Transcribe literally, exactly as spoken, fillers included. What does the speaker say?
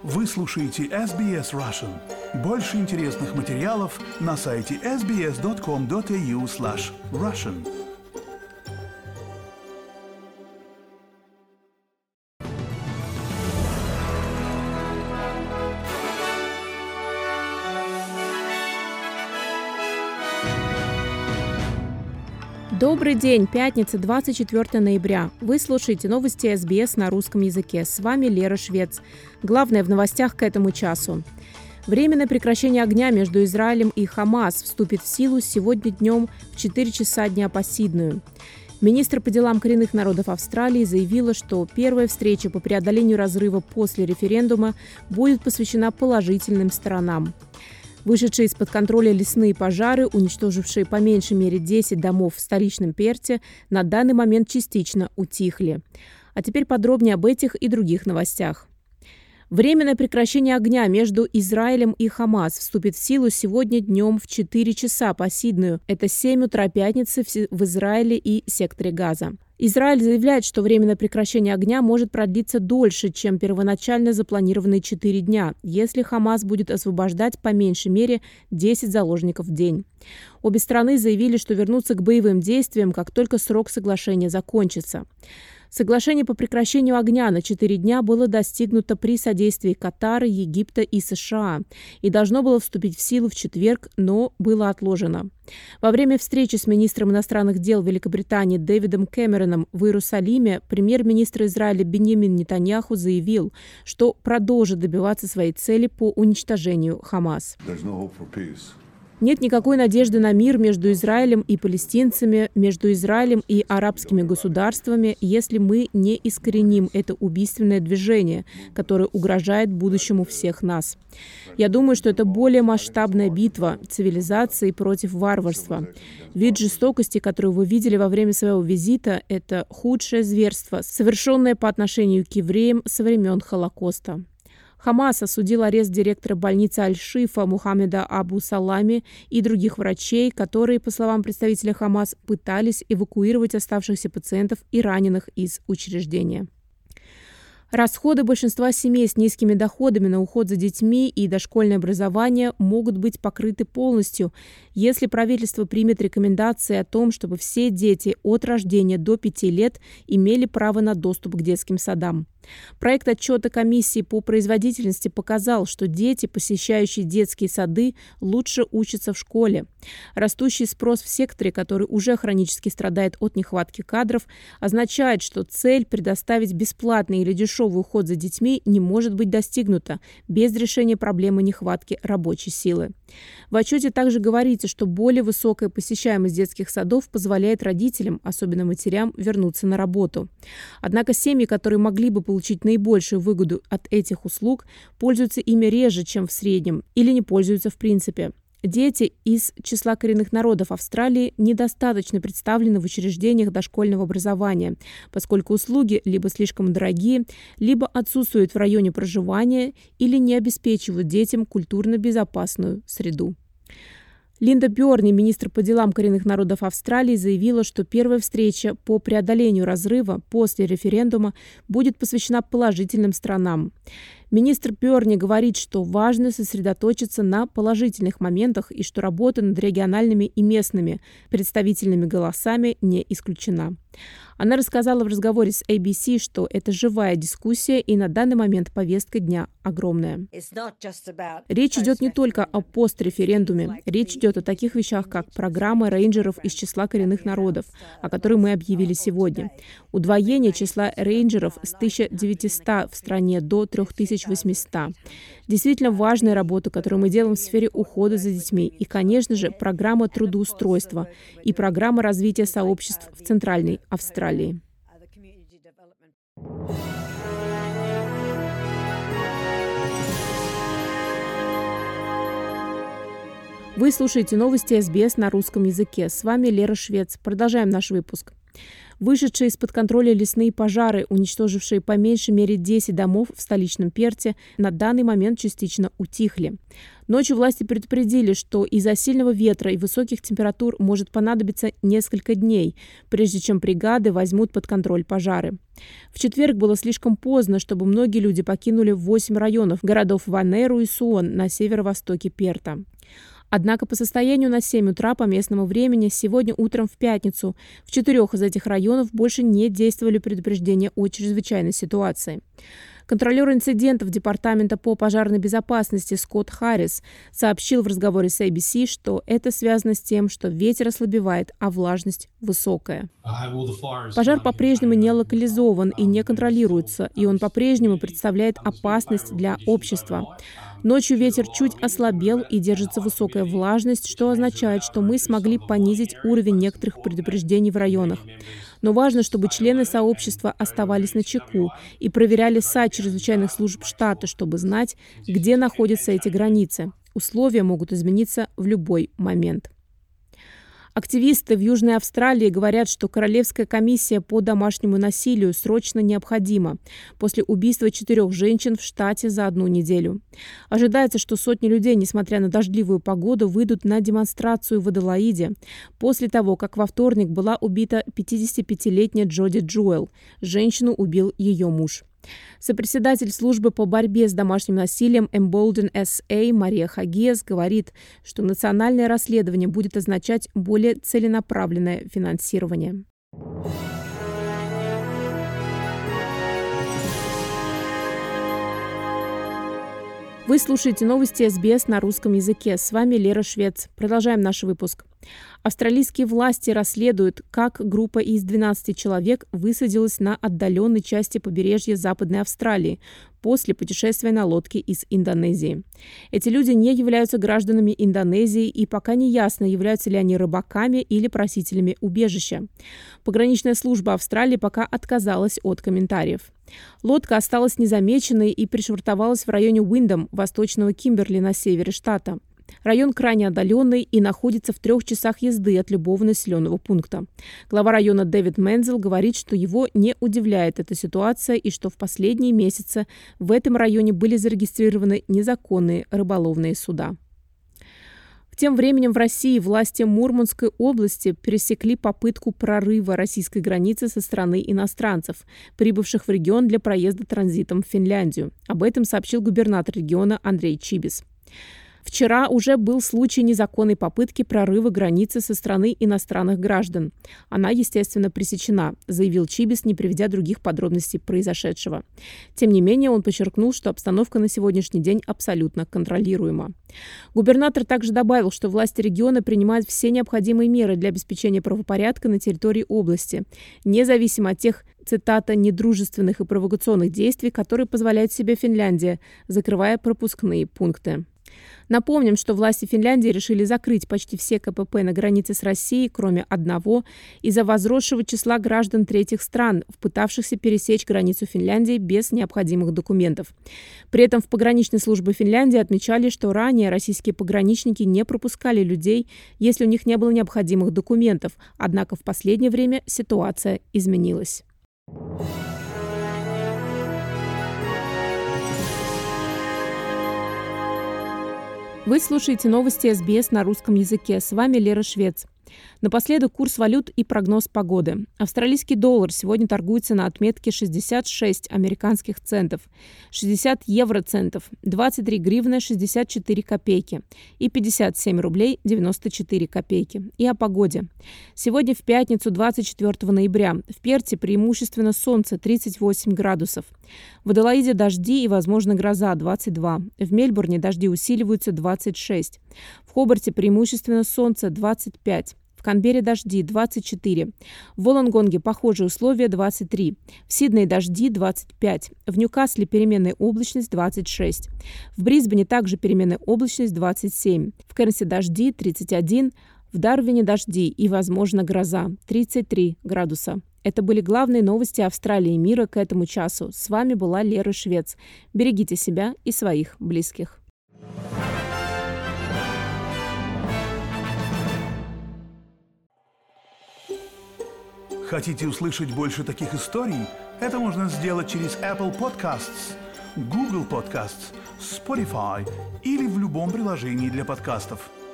Вы слушаете эс би эс Russian. Больше интересных материалов на сайте эс би эс точка ком точка эй ю слэш Russian. Добрый день, пятница, двадцать четвёртого ноября. Вы слушаете новости эс би эс на русском языке. С вами Лера Швец. Главное в новостях к этому часу. Временное прекращение огня между Израилем и Хамас вступит в силу сегодня днем в четыре часа дня по Сиднею. Министр по делам коренных народов Австралии заявила, что первая встреча по преодолению разрыва после референдума будет посвящена положительным сторонам. Вышедшие из-под контроля лесные пожары, уничтожившие по меньшей мере десять домов в столичном Перте, на данный момент частично утихли. А теперь подробнее об этих и других новостях. Временное прекращение огня между Израилем и Хамас вступит в силу сегодня днем в четыре часа по Сиднею. Это семь утра пятницы в Израиле и секторе Газа. Израиль заявляет, что временное прекращение огня может продлиться дольше, чем первоначально запланированные четыре дня, если Хамас будет освобождать по меньшей мере десять заложников в день. Обе стороны заявили, что вернутся к боевым действиям, как только срок соглашения закончится. Соглашение по прекращению огня на четыре дня было достигнуто при содействии Катара, Египта и США и должно было вступить в силу в четверг, но было отложено. Во время встречи с министром иностранных дел Великобритании Дэвидом Кэмероном в Иерусалиме премьер-министр Израиля Биньямин Нетаньяху заявил, что продолжит добиваться своей цели по уничтожению Хамас. Нет никакой надежды на мир между Израилем и палестинцами, между Израилем и арабскими государствами, если мы не искореним это убийственное движение, которое угрожает будущему всех нас. Я думаю, что это более масштабная битва цивилизации против варварства. Вид жестокости, который вы видели во время своего визита, это худшее зверство, совершенное по отношению к евреям со времен Холокоста. Хамас осудил арест директора больницы Аль-Шифа Мухаммеда Абу Салами и других врачей, которые, по словам представителя Хамас, пытались эвакуировать оставшихся пациентов и раненых из учреждения. Расходы большинства семей с низкими доходами на уход за детьми и дошкольное образование могут быть покрыты полностью, если правительство примет рекомендации о том, чтобы все дети от рождения до пяти лет имели право на доступ к детским садам. Проект отчета комиссии по производительности показал, что дети, посещающие детские сады, лучше учатся в школе. Растущий спрос в секторе, который уже хронически страдает от нехватки кадров, означает, что цель предоставить бесплатный или дешевый уход за детьми не может быть достигнута без решения проблемы нехватки рабочей силы. В отчете также говорится, что более высокая посещаемость детских садов позволяет родителям, особенно матерям, вернуться на работу. Однако семьи, которые могли бы получить наибольшую выгоду от этих услуг, пользуются ими реже, чем в среднем, или не пользуются в принципе. Дети из числа коренных народов Австралии недостаточно представлены в учреждениях дошкольного образования, поскольку услуги либо слишком дорогие, либо отсутствуют в районе проживания или не обеспечивают детям культурно безопасную среду. Линда Бёрни, министр по делам коренных народов Австралии, заявила, что первая встреча по преодолению разрыва после референдума будет посвящена положительным сторонам. Министр Бёрни говорит, что важно сосредоточиться на положительных моментах и что работа над региональными и местными представительными голосами не исключена. Она рассказала в разговоре с эй би си, что это живая дискуссия и на данный момент повестка дня огромная. Речь идет не только о постреферендуме. Речь идет о таких вещах, как программа рейнджеров из числа коренных народов, о которой мы объявили сегодня. Удвоение числа рейнджеров с тысяча девятисот в стране до три тысячи восьмисот. Действительно важная работа, которую мы делаем в сфере ухода за детьми. И, конечно же, программа трудоустройства и программа развития сообществ в Центральной Австралии. Вы слушаете новости эс би эс на русском языке. С вами Лера Швец. Продолжаем наш выпуск. Вышедшие из-под контроля лесные пожары, уничтожившие по меньшей мере десять домов в столичном Перте, на данный момент частично утихли. Ночью власти предупредили, что из-за сильного ветра и высоких температур может понадобиться несколько дней, прежде чем бригады возьмут под контроль пожары. В четверг было слишком поздно, чтобы многие люди покинули восемь районов городов Ванеру и Суон на северо-востоке Перта. Однако по состоянию на семь утра по местному времени сегодня утром в пятницу в четырех из этих районов больше не действовали предупреждения о чрезвычайной ситуации. Контролер инцидентов Департамента по пожарной безопасности Скотт Харрис сообщил в разговоре с эй би си, что это связано с тем, что ветер ослабевает, а влажность высокая. Пожар по-прежнему не локализован и не контролируется, и он по-прежнему представляет опасность для общества. Ночью ветер чуть ослабел и держится высокая влажность, что означает, что мы смогли понизить уровень некоторых предупреждений в районах. Но важно, чтобы члены сообщества оставались начеку и проверяли сайт чрезвычайных служб штата, чтобы знать, где находятся эти границы. Условия могут измениться в любой момент. Активисты в Южной Австралии говорят, что Королевская комиссия по домашнему насилию срочно необходима после убийства четырех женщин в штате за одну неделю. Ожидается, что сотни людей, несмотря на дождливую погоду, выйдут на демонстрацию в Аделаиде после того, как во вторник была убита пятидесятипятилетняя Джоди Джуэл. Женщину убил ее муж. Сопредседатель службы по борьбе с домашним насилием Embolden эс эй Мария Хагиас говорит, что национальное расследование будет означать более целенаправленное финансирование. Вы слушаете новости эс би эс на русском языке. С вами Лера Швец. Продолжаем наш выпуск. Австралийские власти расследуют, как группа из двенадцати человек высадилась на отдаленной части побережья Западной Австралии после путешествия на лодке из Индонезии. Эти люди не являются гражданами Индонезии, и пока не ясно, являются ли они рыбаками или просителями убежища. Пограничная служба Австралии пока отказалась от комментариев. Лодка осталась незамеченной и пришвартовалась в районе Уиндом, восточного Кимберли на севере штата. Район крайне отдаленный и находится в трех часах езды от любого населенного пункта. Глава района Дэвид Мензел говорит, что его не удивляет эта ситуация и что в последние месяцы в этом районе были зарегистрированы незаконные рыболовные суда. Тем временем в России власти Мурманской области пресекли попытку прорыва российской границы со стороны иностранцев, прибывших в регион для проезда транзитом в Финляндию. Об этом сообщил губернатор региона Андрей Чибис. Вчера уже был случай незаконной попытки прорыва границы со стороны иностранных граждан. Она, естественно, пресечена, заявил Чибис, не приведя других подробностей произошедшего. Тем не менее, он подчеркнул, что обстановка на сегодняшний день абсолютно контролируема. Губернатор также добавил, что власти региона принимают все необходимые меры для обеспечения правопорядка на территории области, независимо от тех, цитата, «недружественных и провокационных действий, которые позволяет себе Финляндия, закрывая пропускные пункты». Напомним, что власти Финляндии решили закрыть почти все ка пэ пэ на границе с Россией, кроме одного, из-за возросшего числа граждан третьих стран, пытавшихся пересечь границу Финляндии без необходимых документов. При этом в пограничной службе Финляндии отмечали, что ранее российские пограничники не пропускали людей, если у них не было необходимых документов, однако в последнее время ситуация изменилась. Вы слушаете новости эс би эс на русском языке. С вами Лера Швец. Напоследок курс валют и прогноз погоды. Австралийский доллар сегодня торгуется на отметке шестьдесят шесть американских центов, шестьдесят евроцентов, двадцать три гривны шестьдесят четыре копейки и пятьдесят семь рублей девяносто четыре копейки. И о погоде. Сегодня в пятницу, двадцать четвёртого ноября, в Перте преимущественно солнце тридцать восемь градусов. В Аделаиде дожди и, возможно, гроза двадцать два. В Мельбурне дожди усиливаются двадцать шесть. В Хобарте преимущественно солнце двадцать пять. В Канберре дожди двадцать четыре. В Волонгонге похожие условия двадцать три. В Сиднее дожди двадцать пять. В Ньюкасле переменная облачность двадцать шесть. В Брисбене также переменная облачность двадцать семь. В Кернсе дожди тридцать один. В Дарвине дожди и, возможно, гроза тридцать три градуса. Это были главные новости Австралии и мира к этому часу. С вами была Лера Швец. Берегите себя и своих близких. Хотите услышать больше таких историй? Это можно сделать через Apple Podcasts, Google Podcasts, Spotify или в любом приложении для подкастов.